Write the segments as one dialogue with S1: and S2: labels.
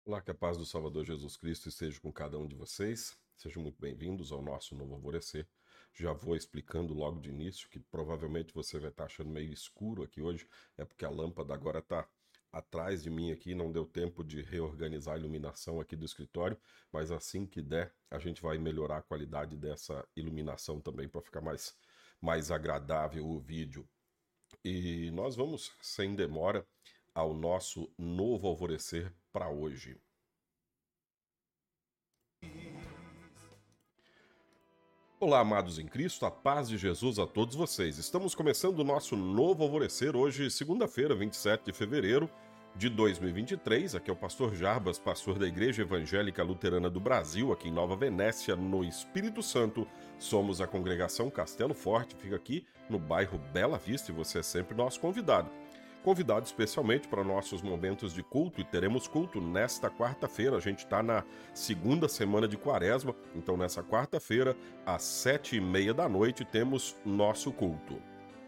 S1: Olá, que a paz do Salvador Jesus Cristo esteja com cada um de vocês. Sejam muito bem-vindos ao nosso novo alvorecer. Já vou explicando logo de início que provavelmente você vai estar achando meio escuro aqui hoje, é porque a lâmpada agora está atrás de mim aqui, não deu tempo de reorganizar a iluminação aqui do escritório, mas assim que der, a gente vai melhorar a qualidade dessa iluminação também para ficar mais agradável o vídeo. E nós vamos, sem demora, ao nosso novo alvorecer para hoje. Olá, amados em Cristo, a paz de Jesus a todos vocês. Estamos começando o nosso novo alvorecer hoje, segunda-feira, 27 de fevereiro de 2023. Aqui é o pastor Jarbas, pastor da Igreja Evangélica Luterana do Brasil, aqui em Nova Venécia, no Espírito Santo. Somos a congregação Castelo Forte, fica aqui no bairro Bela Vista e você é sempre nosso convidado. Convidado especialmente para nossos momentos de culto, e teremos culto nesta quarta-feira. A gente está na segunda semana de Quaresma, então nessa quarta-feira, às 7h30 da noite, temos nosso culto.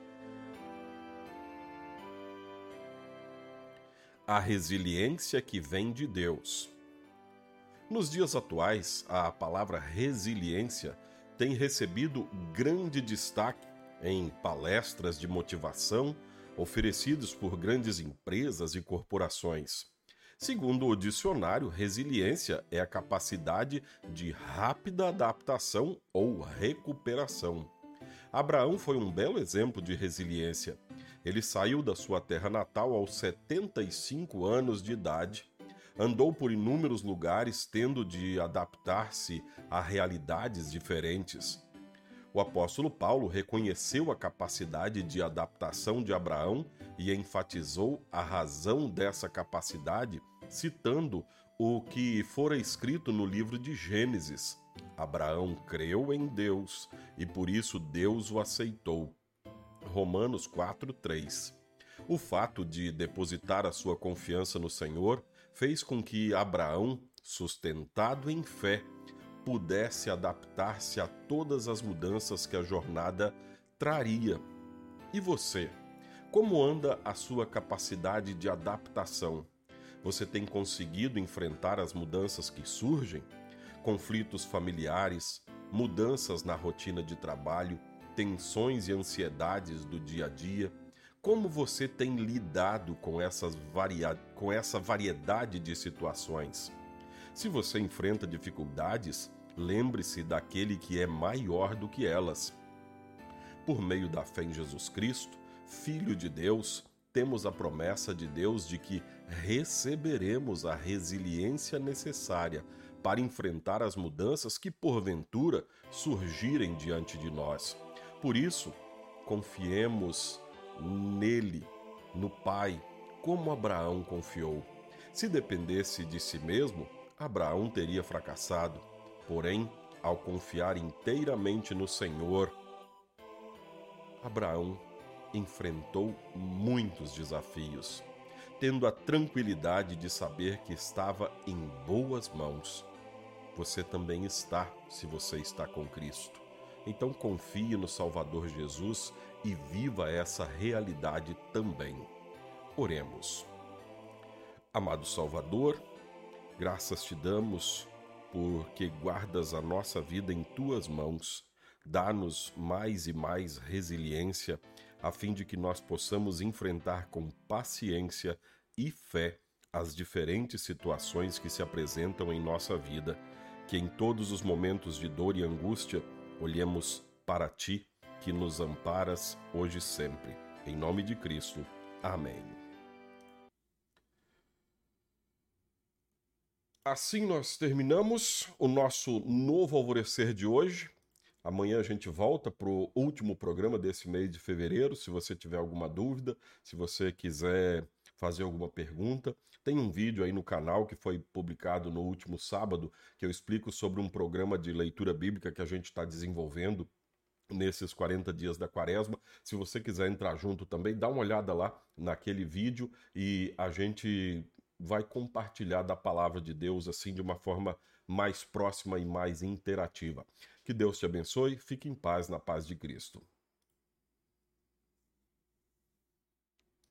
S1: A resiliência que vem de Deus. Nos dias atuais, a palavra resiliência tem recebido grande destaque em palestras de motivação oferecidos por grandes empresas e corporações. Segundo o dicionário, resiliência é a capacidade de rápida adaptação ou recuperação. Abraão foi um belo exemplo de resiliência. Ele saiu da sua terra natal aos 75 anos de idade, andou por inúmeros lugares tendo de adaptar-se a realidades diferentes. O apóstolo Paulo reconheceu a capacidade de adaptação de Abraão e enfatizou a razão dessa capacidade, citando o que fora escrito no livro de Gênesis. Abraão creu em Deus e por isso Deus o aceitou. Romanos 4:3. O fato de depositar a sua confiança no Senhor fez com que Abraão, sustentado em fé, pudesse adaptar-se a todas as mudanças que a jornada traria. E você? Como anda a sua capacidade de adaptação? Você tem conseguido enfrentar as mudanças que surgem? Conflitos familiares, mudanças na rotina de trabalho, tensões e ansiedades do dia a dia? Como você tem lidado com essa variedade de situações? Se você enfrenta dificuldades, lembre-se daquele que é maior do que elas. Por meio da fé em Jesus Cristo, Filho de Deus, temos a promessa de Deus de que receberemos a resiliência necessária para enfrentar as mudanças que, porventura, surgirem diante de nós. Por isso, confiemos nele, no Pai, como Abraão confiou. Se dependesse de si mesmo, Abraão teria fracassado. Porém, ao confiar inteiramente no Senhor, Abraão enfrentou muitos desafios, tendo a tranquilidade de saber que estava em boas mãos. Você também está, se você está com Cristo. Então confie no Salvador Jesus e viva essa realidade também. Oremos. Amado Salvador, graças te damos porque guardas a nossa vida em tuas mãos. Dá-nos mais e mais resiliência, a fim de que nós possamos enfrentar com paciência e fé as diferentes situações que se apresentam em nossa vida. Que em todos os momentos de dor e angústia, olhemos para ti, que nos amparas hoje e sempre. Em nome de Cristo. Amém. Assim nós terminamos o nosso novo alvorecer de hoje. Amanhã a gente volta para o último programa desse mês de fevereiro. Se você tiver alguma dúvida, se você quiser fazer alguma pergunta, tem um vídeo aí no canal que foi publicado no último sábado, que eu explico sobre um programa de leitura bíblica que a gente está desenvolvendo nesses 40 dias da Quaresma. Se você quiser entrar junto também, dá uma olhada lá naquele vídeo e a gente vai compartilhar da palavra de Deus assim de uma forma mais próxima e mais interativa. Que Deus te abençoe, fique em paz, na paz de Cristo.